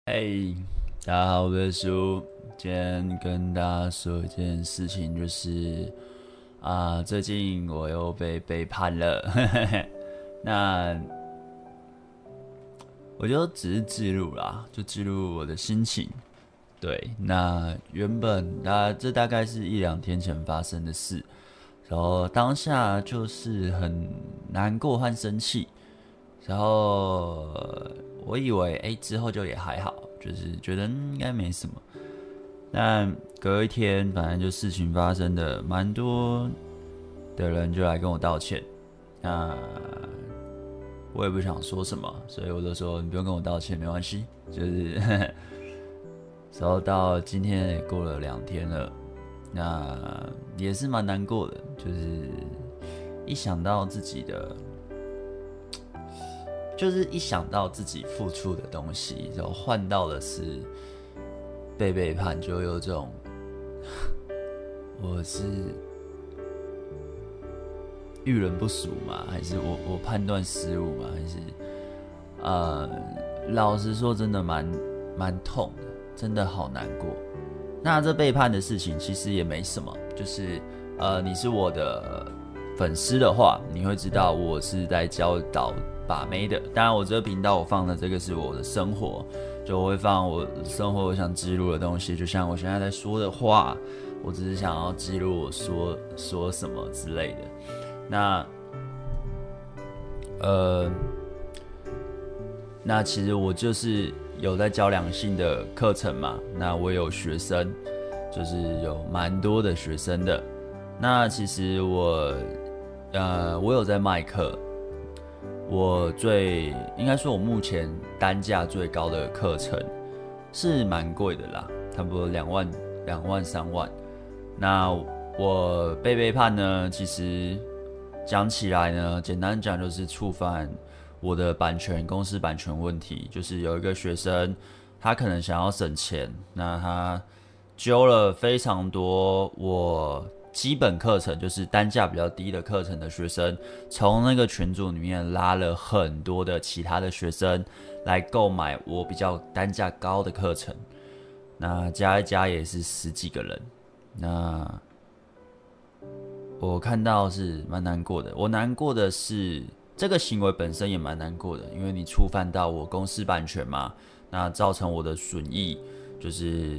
嘿，大家好，我是叔。今天跟大家说一件事情，就是最近我又被背叛了。那我就只是记录啦，就记录我的心情。对，那原本这大概是1-2天前发生的事，然后当下就是很难过和生气，然后我以为之后就也还好，就是觉得应该没什么。但隔一天，反正就事情发生的蛮多的人就来跟我道歉，那我也不想说什么，所以我就说你不用跟我道歉，没关系。就是然后到今天也过了2天了，那也是蛮难过的，就是一想到自己的。就是一想到自己付出的东西，然后换到的是被背叛，就有这种我是遇人不淑嘛，还是我判断失误嘛，还是老实说，真的蛮痛的，真的好难过。那这背叛的事情其实也没什么，就是你是我的粉丝的话，你会知道我是在教导把妹的。当然，我这个频道我放的这个是我的生活，就我会放我生活我想记录的东西，就像我现在在说的话，我只是想要记录我说什么之类的。那其实我就是有在教两性的课程嘛，那我有学生，就是有蛮多的学生的。那其实我有在卖课，应该说我目前单价最高的课程是蛮贵的啦，差不多2万、3万。那我被背叛呢，其实讲起来呢，简单讲就是触犯我的公司版权问题。就是有一个学生，他可能想要省钱，那他揪了非常多我基本课程，就是单价比较低的课程的学生，从那个群组里面拉了很多的其他的学生来购买我比较单价高的课程。那加一加也是10几个人。那我看到是蛮难过的。我难过的是这个行为本身也蛮难过的，因为你触犯到我公司版权嘛，那造成我的损益，就是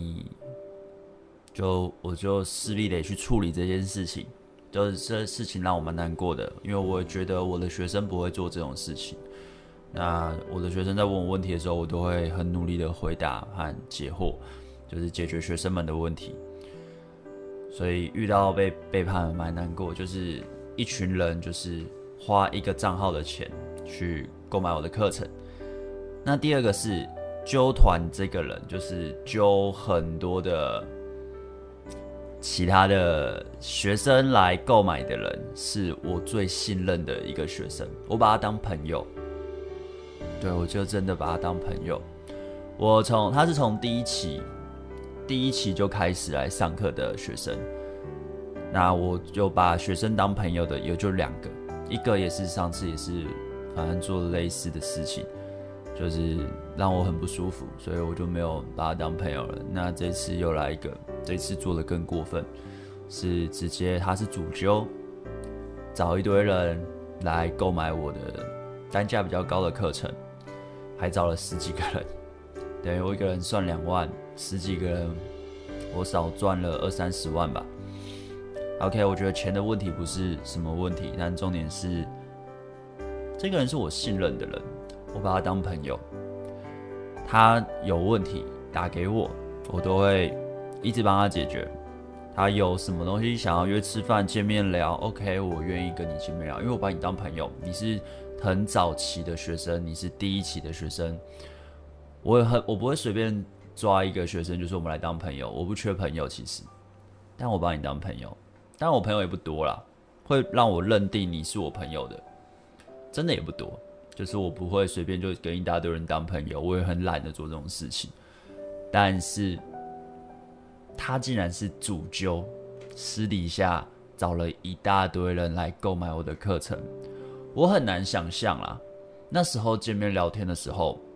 我就势必得去处理这件事情。就是这事情让我蛮难过的，因为我觉得我的学生不会做这种事情。那我的学生在问我问题的时候，我都会很努力的回答和解惑，就是解决学生们的问题。所以遇到被背叛蛮难过，就是一群人就是花一个账号的钱去购买我的课程。那第二个是揪团这个人，就是揪很多的其他的学生来购买的人，是我最信任的一个学生，我把他当朋友。对，我就真的把他当朋友。他是从第一期就开始来上课的学生，那我就把学生当朋友的也就2个，一个也是上次也是反正做了类似的事情，就是让我很不舒服，所以我就没有把他当朋友了。那这次又来一个，这次做的更过分，是直接他是主揪，找一堆人来购买我的单价比较高的课程，还找了10几个人，等于我一个人算2万，10几个人，我少赚了20-30万吧。OK， 我觉得钱的问题不是什么问题，但重点是这个人是我信任的人，我把他当朋友，他有问题打给我，我都会一直帮他解决。他有什么东西想要约吃饭见面聊 ，OK， 我愿意跟你见面聊，因为我把你当朋友，你是很早期的学生，你是第一期的学生，我不会随便抓一个学生就说我们来当朋友，我不缺朋友其实，但我把你当朋友，当然我朋友也不多啦，会让我认定你是我朋友的，真的也不多，就是我不会随便就跟一大堆人当朋友，我也很懒得做这种事情，但是他竟然是主揪，私底下找了一大堆人来购买我的课程，我很难想象啦。那时候见面聊天的时候，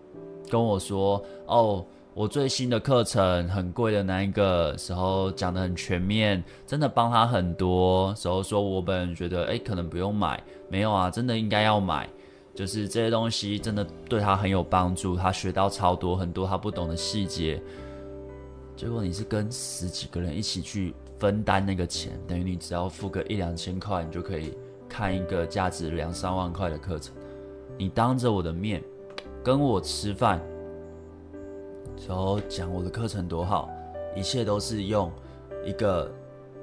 跟我说，哦，我最新的课程很贵的那一个时候讲得很全面，真的帮他很多。时候说我本人觉得，可能不用买，没有啊，真的应该要买。就是这些东西真的对他很有帮助，他学到超多很多他不懂的细节。结果你是跟10几个人一起去分担那个钱，等于你只要付个1、2千块，你就可以看一个价值2、3万块的课程。你当着我的面跟我吃饭，然后讲我的课程多好，一切都是用一个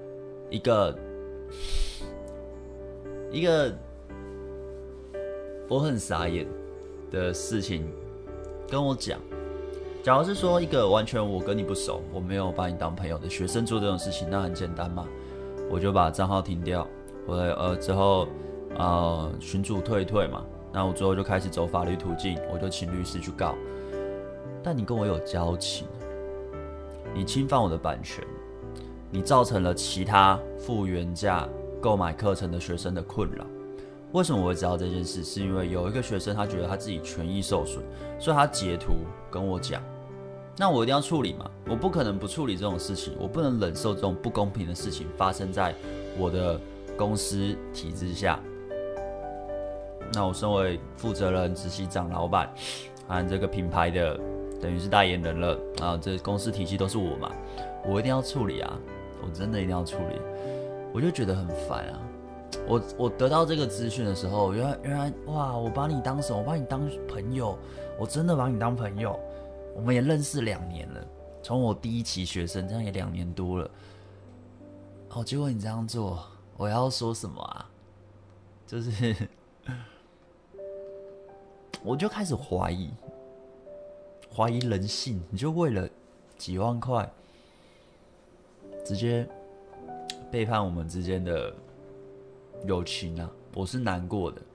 我很傻眼的事情跟我讲。假如是说一个完全我跟你不熟，我没有把你当朋友的学生做这种事情，那很简单嘛，我就把账号停掉，我之后群组退一退嘛，那我之后就开始走法律途径，我就请律师去告。但你跟我有交情，你侵犯我的版权，你造成了其他付原价购买课程的学生的困扰。为什么我会知道这件事？是因为有一个学生他觉得他自己权益受损，所以他截图跟我讲，那我一定要处理嘛，我不可能不处理这种事情，我不能忍受这种不公平的事情发生在我的公司体制下。那我身为负责人、执行长、老板，和这个品牌的等于是代言人了啊，这公司体系都是我嘛，我一定要处理啊，我真的一定要处理，我就觉得很烦啊。我得到这个资讯的时候，原来哇，我把你当什么？我把你当朋友，我真的把你当朋友。我们也认识2年了，从我第一期学生，这样也2年多了。哦，结果你这样做，我要说什么啊？就是我就开始怀疑人性，你就为了几万块，直接背叛我们之间的友情啊！我是难过的。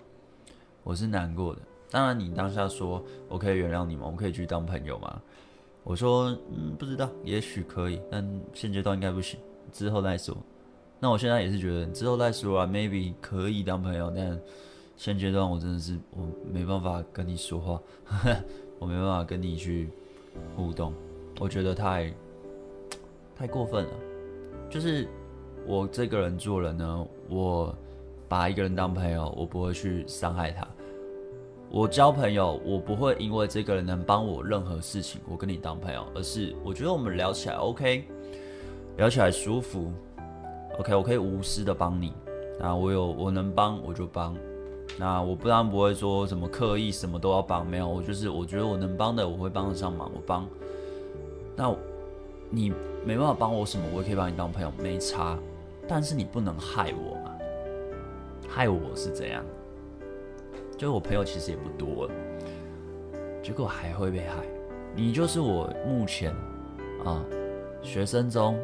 当然，你当下说我可以原谅你吗？我们可以继续当朋友吗？我说不知道，也许可以，但现阶段应该不行，之后再说。那我现在也是觉得之后再说啊 ，maybe 可以当朋友，但现阶段我真的是我没办法跟你说话，我没办法跟你去互动，我觉得太过分了。就是我这个人做人呢，我把一个人当朋友，我不会去伤害他。我交朋友，我不会因为这个人能帮我任何事情，我跟你当朋友，而是我觉得我们聊起来 OK， 聊起来舒服 ，OK， 我可以无私的帮你。那我能帮我就帮。那我当然不会说什么刻意什么都要帮，没有，我觉得我能帮的，我会帮得上忙，我帮。那你没办法帮我什么，我也可以把你当朋友，没差。但是你不能害我嘛？害我是怎样？就是我朋友其实也不多了，结果还会被害。你就是我目前学生中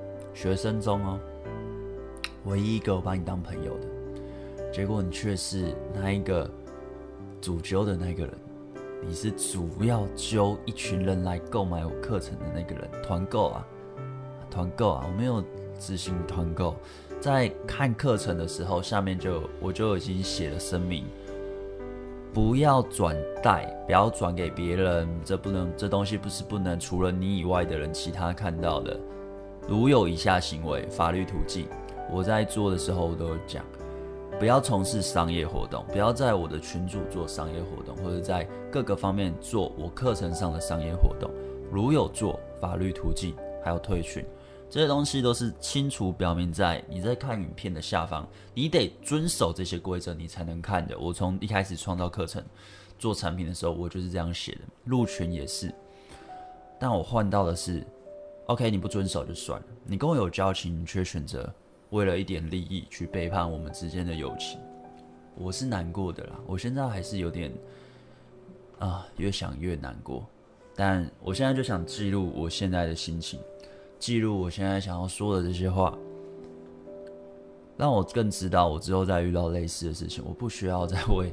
唯一一个我把你当朋友的，结果你却是那一个主揪的那个人，你是主要揪一群人来购买我课程的那个人，团购啊，我没有执行团购。在看课程的时候，下面我就已经写了声明，不要转带，不要转给别人，这东西不能除了你以外的人其他看到的。如有以下行为，法律途径，我在做的时候我都有讲，不要从事商业活动，不要在我的群组做商业活动，或者在各个方面做我课程上的商业活动。如有做，法律途径还有退群。这些东西都是清楚表明在你在看影片的下方，你得遵守这些规则，你才能看的。我从一开始创造课程、做产品的时候，我就是这样写的，入群也是。但我换到的是 ，OK， 你不遵守就算了，你跟我有交情，你却选择为了一点利益去背叛我们之间的友情，我是难过的啦。我现在还是有点越想越难过。但我现在就想记录我现在的心情。记录我现在想要说的这些话，让我更知道我之后再遇到类似的事情，我不需要再为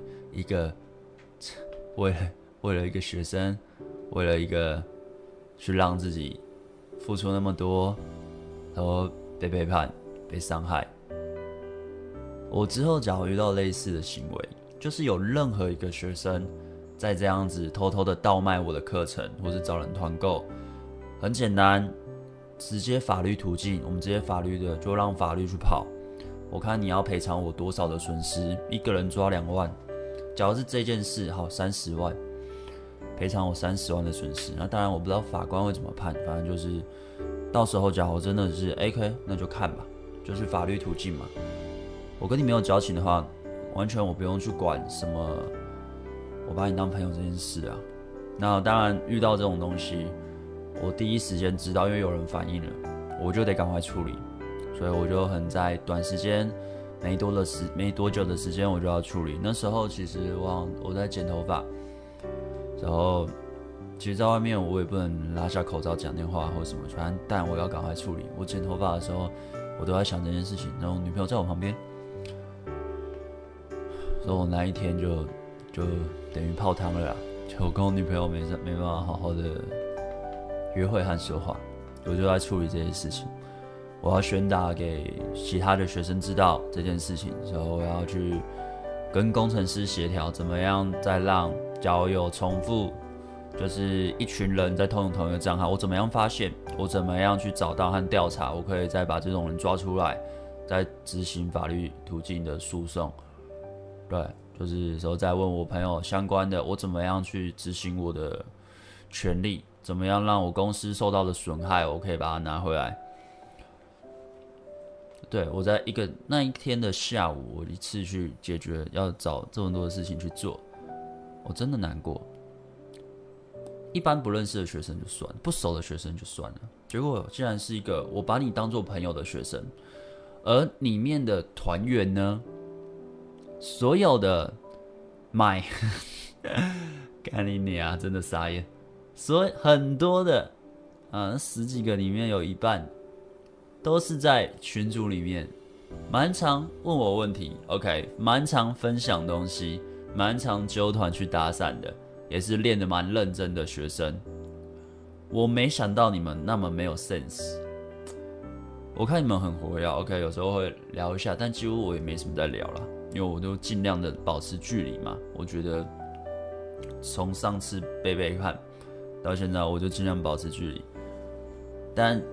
了一个学生，为了一个去让自己付出那么多，然后被背叛、被伤害。我之后假如遇到类似的行为，就是有任何一个学生再这样子偷偷的倒卖我的课程，或是找人团购，很简单，直接法律途径，我们直接法律的就让法律去跑。我看你要赔偿我多少的损失，一个人抓2万，假如是这件事，好30万，赔偿我30万的损失。那当然我不知道法官会怎么判，反正就是到时候假如真的是 OK， 那就看吧，就是法律途径嘛。我跟你没有交情的话，完全我不用去管什么我把你当朋友这件事啊。那当然遇到这种东西，我第一时间知道，因为有人反映了，我就得赶快处理，所以我就很在短时间没多久的时间我就要处理。那时候其实我在剪头发，然后其实在外面我也不能拉下口罩讲电话或什么，反正但我要赶快处理。我剪头发的时候，我都在想这件事情，然后女朋友在我旁边，所以我那一天就等于泡汤了啦，就我跟我女朋友没办法好好的约会和说话，我就在处理这些事情。我要宣达给其他的学生知道这件事情，然后我要去跟工程师协调，怎么样再让交友重复，就是一群人在同一个账号，我怎么样发现，我怎么样去找到和调查，我可以再把这种人抓出来，再执行法律途径的诉讼。对，就是说再问我朋友相关的，我怎么样去执行我的权利，怎么样让我公司受到的损害，我可以把它拿回来。对，我在那一天的下午，我一次去解决，要找这么多的事情去做，我真的难过。一般不认识的学生就算，不熟的学生就算了，结果竟然是一个我把你当作朋友的学生，而里面的团员呢，所有的买，干你娘，真的傻眼，所以很多的10几个里面有一半都是在群组里面，蛮常问我问题 ，OK， 蛮常分享东西，蛮常揪团去搭讪的，也是练得蛮认真的学生。我没想到你们那么没有 sense。我看你们很活跃 ，OK， 有时候会聊一下，但几乎我也没什么在聊啦，因为我都尽量的保持距离嘛。我觉得从上次贝看到现在，我就尽量保持距离，但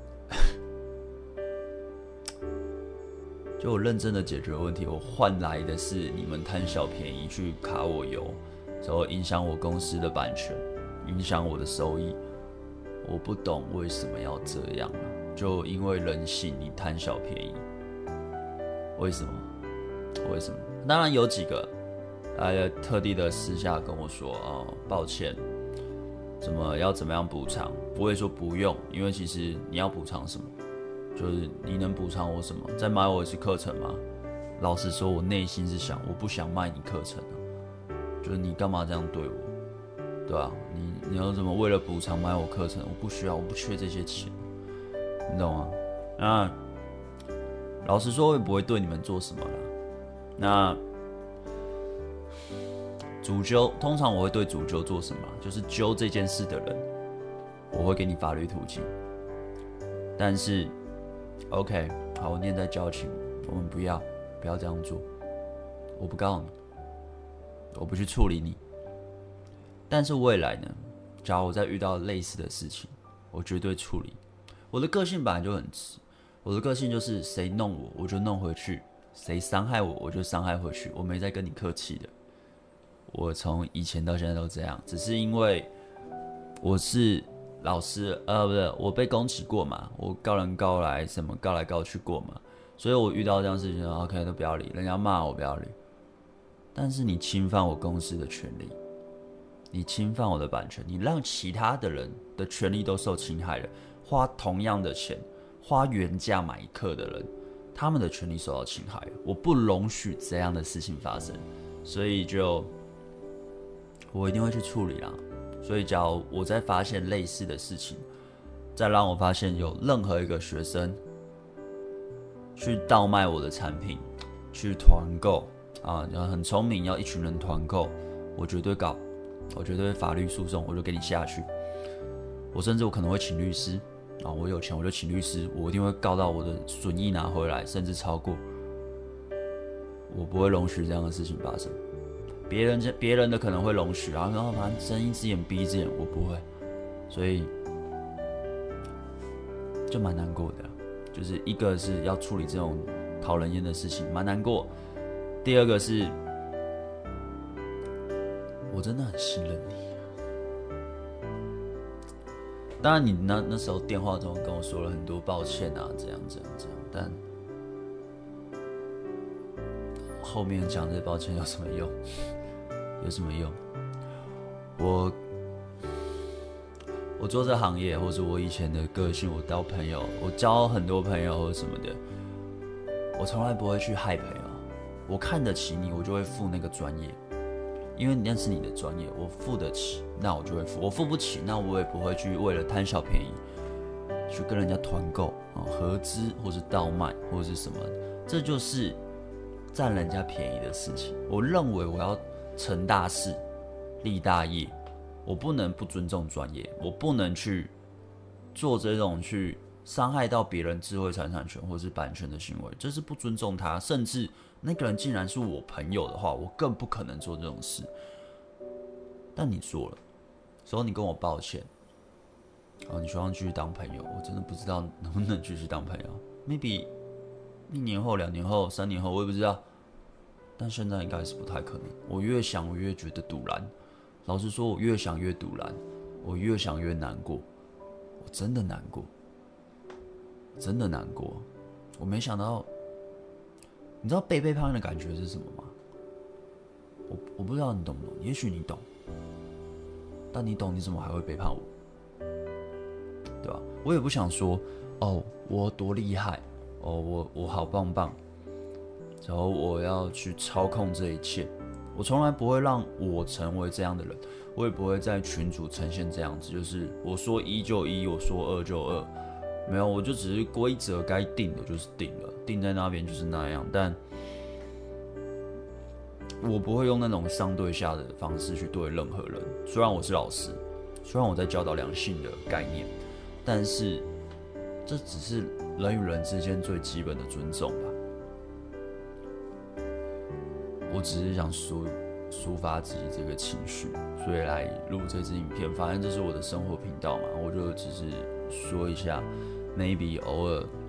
就我认真的解决问题，我换来的是你们贪小便宜去卡我油，然后影响我公司的版权，影响我的收益。我不懂为什么要这样啊，就因为人性，你贪小便宜，为什么？当然有几个，特地的私下跟我说，抱歉，要怎么样补偿？我也说不用，因为其实你要补偿什么？就是你能补偿我什么？再买我一次课程吗？老实说，我内心是想，我不想卖你课程啊，就是你干嘛这样对我？对啊，你要怎么为了补偿买我课程？我不需要，我不缺这些钱，你懂吗？那老实说，我也不会对你们做什么啦。那主揪，通常我会对主揪做什么？就是揪这件事的人，我会给你法律途径。但是 ，OK， 好，我念在交情，我们不要这样做。我不告你，我不去处理你。但是未来呢？假如我再遇到类似的事情，我绝对处理。我的个性本来就很直，我的个性就是谁弄我，我就弄回去；谁伤害我，我就伤害回去。我没在跟你客气的。我从以前到现在都这样，只是因为我是老师，不是我被攻击过嘛，我告人告来什么告来告去过嘛，所以我遇到这样的事情 ，OK 都不要理，人家骂我不要理。但是你侵犯我公司的权利，你侵犯我的版权，你让其他的人的权利都受侵害了，花同样的钱，花原价买课的人，他们的权利受到侵害了，我不容许这样的事情发生，所以我一定会去处理啦。所以假如我再发现类似的事情，再让我发现有任何一个学生去倒卖我的产品，去团购啊，很聪明，要一群人团购，我绝对告，我绝对法律诉讼，我就给你下去。我甚至我可能会请律师啊，我有钱我就请律师，我一定会告到我的损益拿回来，甚至超过。我不会容许这样的事情发生。 别人的可能会容许，然后反正睁一只眼闭一只眼，我不会，所以就蛮难过的。就是一个是要处理这种讨人厌的事情，蛮难过；第二个是，我真的很信任你。当然，你那时候电话中跟我说了很多抱歉啊，这样，但后面讲这抱歉有什么用？有什么用？我做这行业，或者我以前的个性，我交朋友，我交很多朋友或什么的，我从来不会去害朋友。我看得起你，我就会付那个专业，因为那是你的专业，我付得起，那我就会付。我付不起，那我也不会去为了贪小便宜去跟人家团购合资或是倒卖或者是什么，这就是占人家便宜的事情。我认为我要成大事、立大业。我不能不尊重专业，我不能去做这种去伤害到别人智慧财产权或是版权的行为，这是不尊重他。甚至那个人竟然是我朋友的话，我更不可能做这种事。但你做了，所以你跟我抱歉，你希望继续当朋友，我真的不知道能不能继续当朋友。maybe 1年后、2年后、3年后，我也不知道。但现在应该是不太可能。我越想，我越觉得堵然。老实说，我越想越堵然，我越想越难过，我真的难过，真的难过。我没想到，你知道被背叛的感觉是什么吗？我不知道你懂不懂，也许你懂，但你懂，你怎么还会背叛我？对吧？我也不想说，我多厉害，我好棒棒，然后我要去操控这一切。我从来不会让我成为这样的人，我也不会在群组呈现这样子，就是我说1就1，我说2就2，没有，我就只是规则该定的就是定了，定在那边就是那样。但我不会用那种上对下的方式去对任何人。虽然我是老师，虽然我在教导良性的概念，但是这只是人与人之间最基本的尊重吧。我只是想抒发自己这个情绪，所以来录这支影片。反正这是我的生活频道嘛，我就只是说一下 ，maybe 偶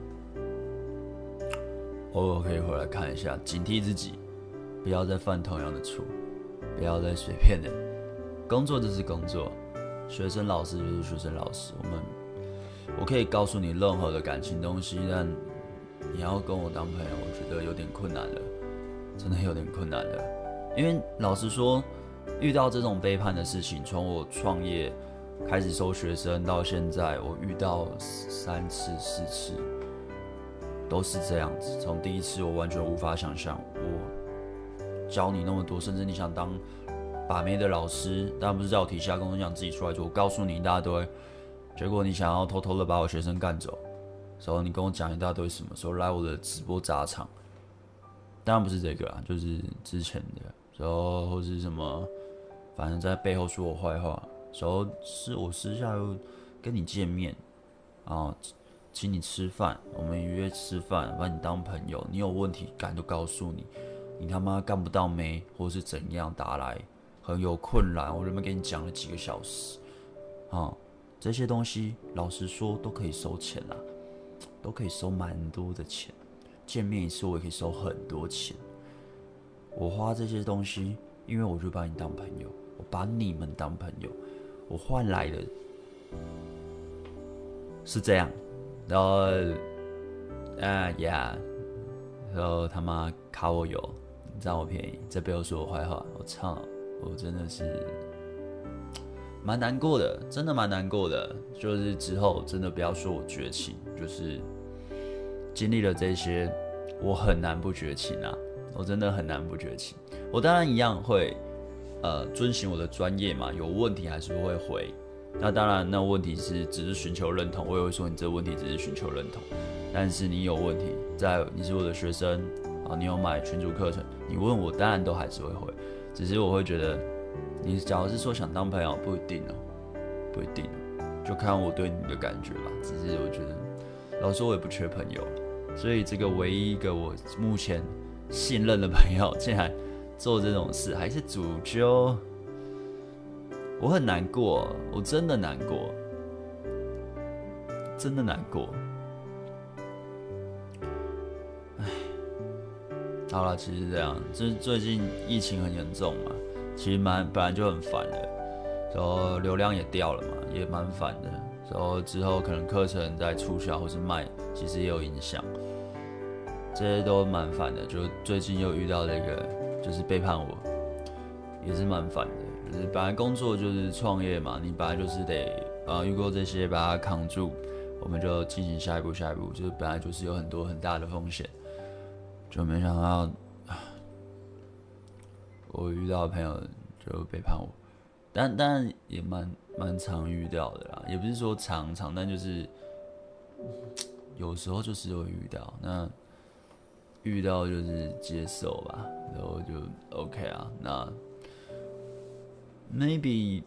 尔可以回来看一下，警惕自己，不要再犯同样的错，不要再随便的。工作就是工作，学生老师就是学生老师。我可以告诉你任何的感情东西，但你要跟我当朋友，我觉得有点困难了。真的有点困难了，因为老实说，遇到这种背叛的事情，从我创业开始收学生到现在，我遇到3次、4次，都是这样子。从第一次我完全无法想象，我教你那么多，甚至你想当把妹的老师，当然不是在我提下工作，想自己出来做。我告诉你一大堆，结果你想要偷偷的把我学生干走，然后你跟我讲一大堆什么时候来我的直播砸场。当然不是这个啦，就是之前的，然后或是什么，反正在背后说我坏话，然后是我私下又跟你见面，请你吃饭，我们约吃饭，把你当朋友，你有问题敢就告诉你，你他妈干不到没，或是怎样打来，很有困难，我这边给你讲了几个小时，这些东西老实说都可以收钱啦，都可以收蛮多的钱。见面一次我也可以收很多钱，我花这些东西，因为我就把你当朋友，我把你们当朋友，我换来的是这样，然后然后他妈卡我油，占我便宜，在背后说我坏话，我操，我真的是蛮难过的，真的蛮难过的。就是之后真的不要说我绝情，就是经历了这些，我很难不绝情啊！我真的很难不绝情。我当然一样会，遵循我的专业嘛，有问题还是会回。那当然，那问题只是寻求认同，我也会说你这个问题只是寻求认同。但是你有问题，你是我的学生啊，你有买群组课程，你问我当然都还是会回。只是我会觉得，你假如是说想当朋友，不一定哦，不一定，就看我对你的感觉吧。只是我觉得，老实说我也不缺朋友。所以这个唯一一个我目前信任的朋友，竟然做这种事，还是主揪，我很难过，我真的难过，真的难过。唉，好了，其实这样，就是最近疫情很严重嘛，其实本来就很烦的，然后流量也掉了嘛，也蛮烦的。然后之后可能课程在促销或是卖，其实也有影响，这些都蛮烦的。就最近又遇到了一个，就是背叛我，也是蛮烦的。就是本来工作就是创业嘛，你本来就是得遇过这些把它扛住，我们就进行下一步。就是本来就是有很多很大的风险，就没想到我遇到的朋友就背叛我。但也蛮常遇到的啦，也不是说常，但就是有时候就是会遇到。那遇到就是接受吧，然后就 OK 啊。那 maybe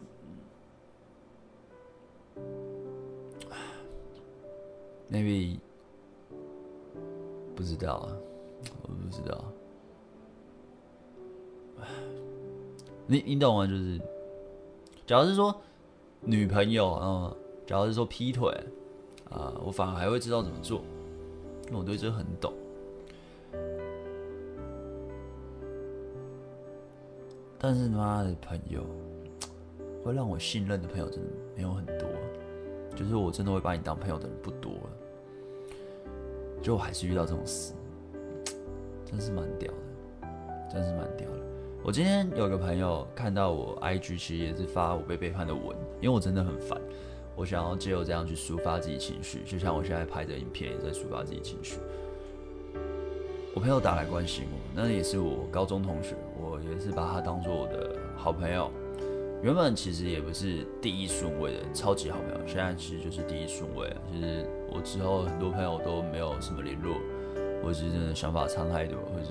不知道啊，我不知道。你懂吗？就是。假如是说女朋友，假如是说劈腿，我反而还会知道怎么做，因为我对这很懂。但是妈的朋友，会让我信任的朋友真的没有很多，就是我真的会把你当朋友的人不多了，就我还是遇到这种事，真是蛮屌的，真是蛮屌的。我今天有个朋友看到我 IG， 其实也是发我被背叛的文，因为我真的很烦，我想要借由这样去抒发自己情绪，就像我现在拍的影片也在抒发自己情绪。我朋友打来关心我，那也是我高中同学，我也是把他当做我的好朋友。原本其实也不是第一顺位的超级好朋友，现在其实就是第一顺位了。就是我之后很多朋友都没有什么联络，或是真的想法差太多，或是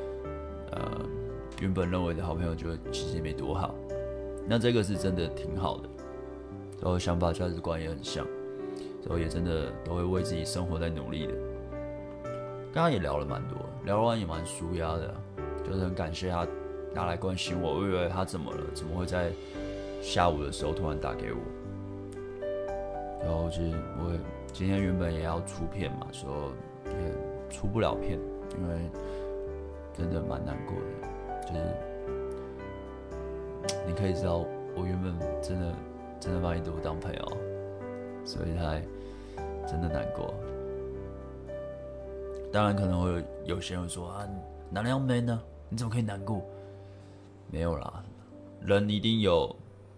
原本认为的好朋友就其实也没多好，那这个是真的挺好的，然后想法价值观也很像，然后也真的都会为自己生活在努力的。刚刚也聊了蛮多，聊完也蛮舒压的，就是很感谢他打来关心我，我以为他怎么了，怎么会在下午的时候突然打给我？然后就是我今天原本也要出片嘛，说也出不了片，因为真的蛮难过的。就是你可以知道，我原本真的把你当朋友，所以才真的难过。当然可能会有些人说哪样 man 呢？你怎么可以难过？没有啦，人一定有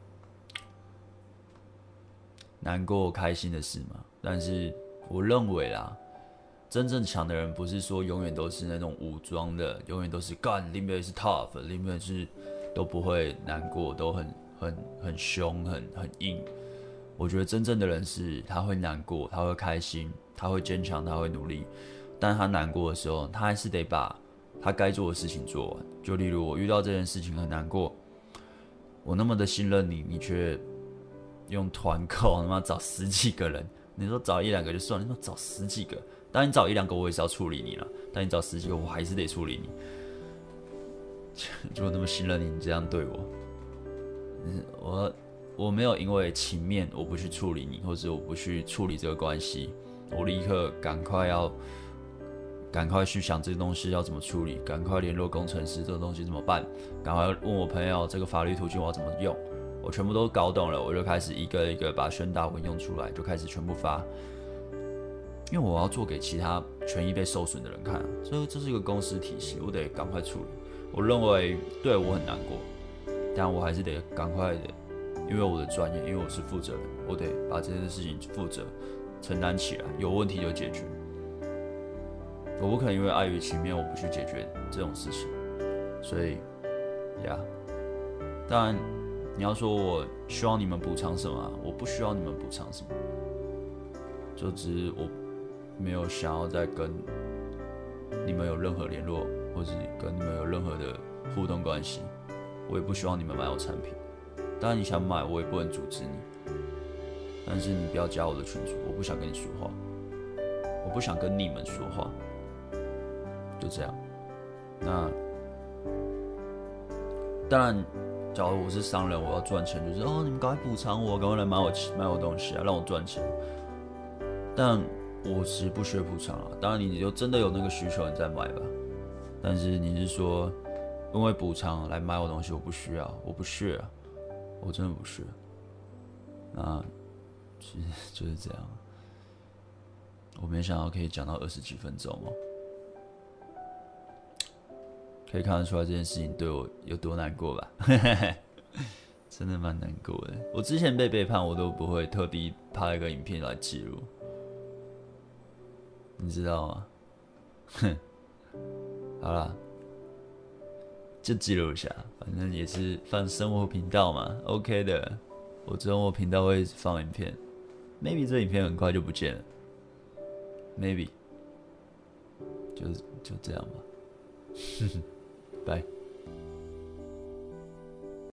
难过、开心的事嘛。但是我认为啦，真正强的人不是说永远都是那种武装的，永远都是干，林北是 tough， 林北是都不会难过，都很凶，很硬。我觉得真正的人是他会难过，他会开心，他会坚强，他会努力。但他难过的时候，他还是得把他该做的事情做完。就例如我遇到这件事情很难过，我那么的信任你，你却用团购他妈找10几个人，你说找1、2个就算了，你说找10几个。当然你找1、2个我也是要处理你了，但你找10几个我还是得处理你。就那么信任你，你这样对我，我没有因为情面我不去处理你，或者我不去处理这个关系，我立刻赶快去想这个东西要怎么处理，赶快联络工程师，这个东西怎么办？赶快问我朋友这个法律途径我要怎么用，我全部都搞懂了，我就开始一个一个把宣达文用出来，就开始全部发。因为我要做给其他权益被受损的人看，所以这是一个公司体系，我得赶快处理。我认为对我很难过，但我还是得赶快的，因为我的专业，因为我是负责人，我得把这件事情负责承担起来，有问题就解决。我不可能因为碍于情面，我不去解决这种事情。所以，当然你要说我希望你们补偿什么，我不需要你们补偿什么，就只是我没有想要再跟你们有任何联络，或是跟你们有任何的互动关系。我也不希望你们买我产品，当然你想买，我也不能阻止你。但是你不要加我的群组，我不想跟你说话，我不想跟你们说话，就这样。那当然，假如我是商人，我要赚钱，就是你们赶快补偿我，赶快来买我东西啊，让我赚钱。但我其实不缺补偿啊，当然你就真的有那个需求，你再买吧。但是你是说因为补偿来买我东西，我不需要，我不屑啊，我真的不屑。那其实就是这样。我没想到可以讲到20几分钟哦，可以看得出来这件事情对我有多难过吧？真的蛮难过的。我之前被背叛，我都不会特地拍一个影片来记录，你知道吗？哼，好啦，就记录一下，反正也是放生活频道嘛 ，OK 的。我之后我频道会放影片 ，maybe 这影片很快就不见了 ，maybe 就这样吧，拜。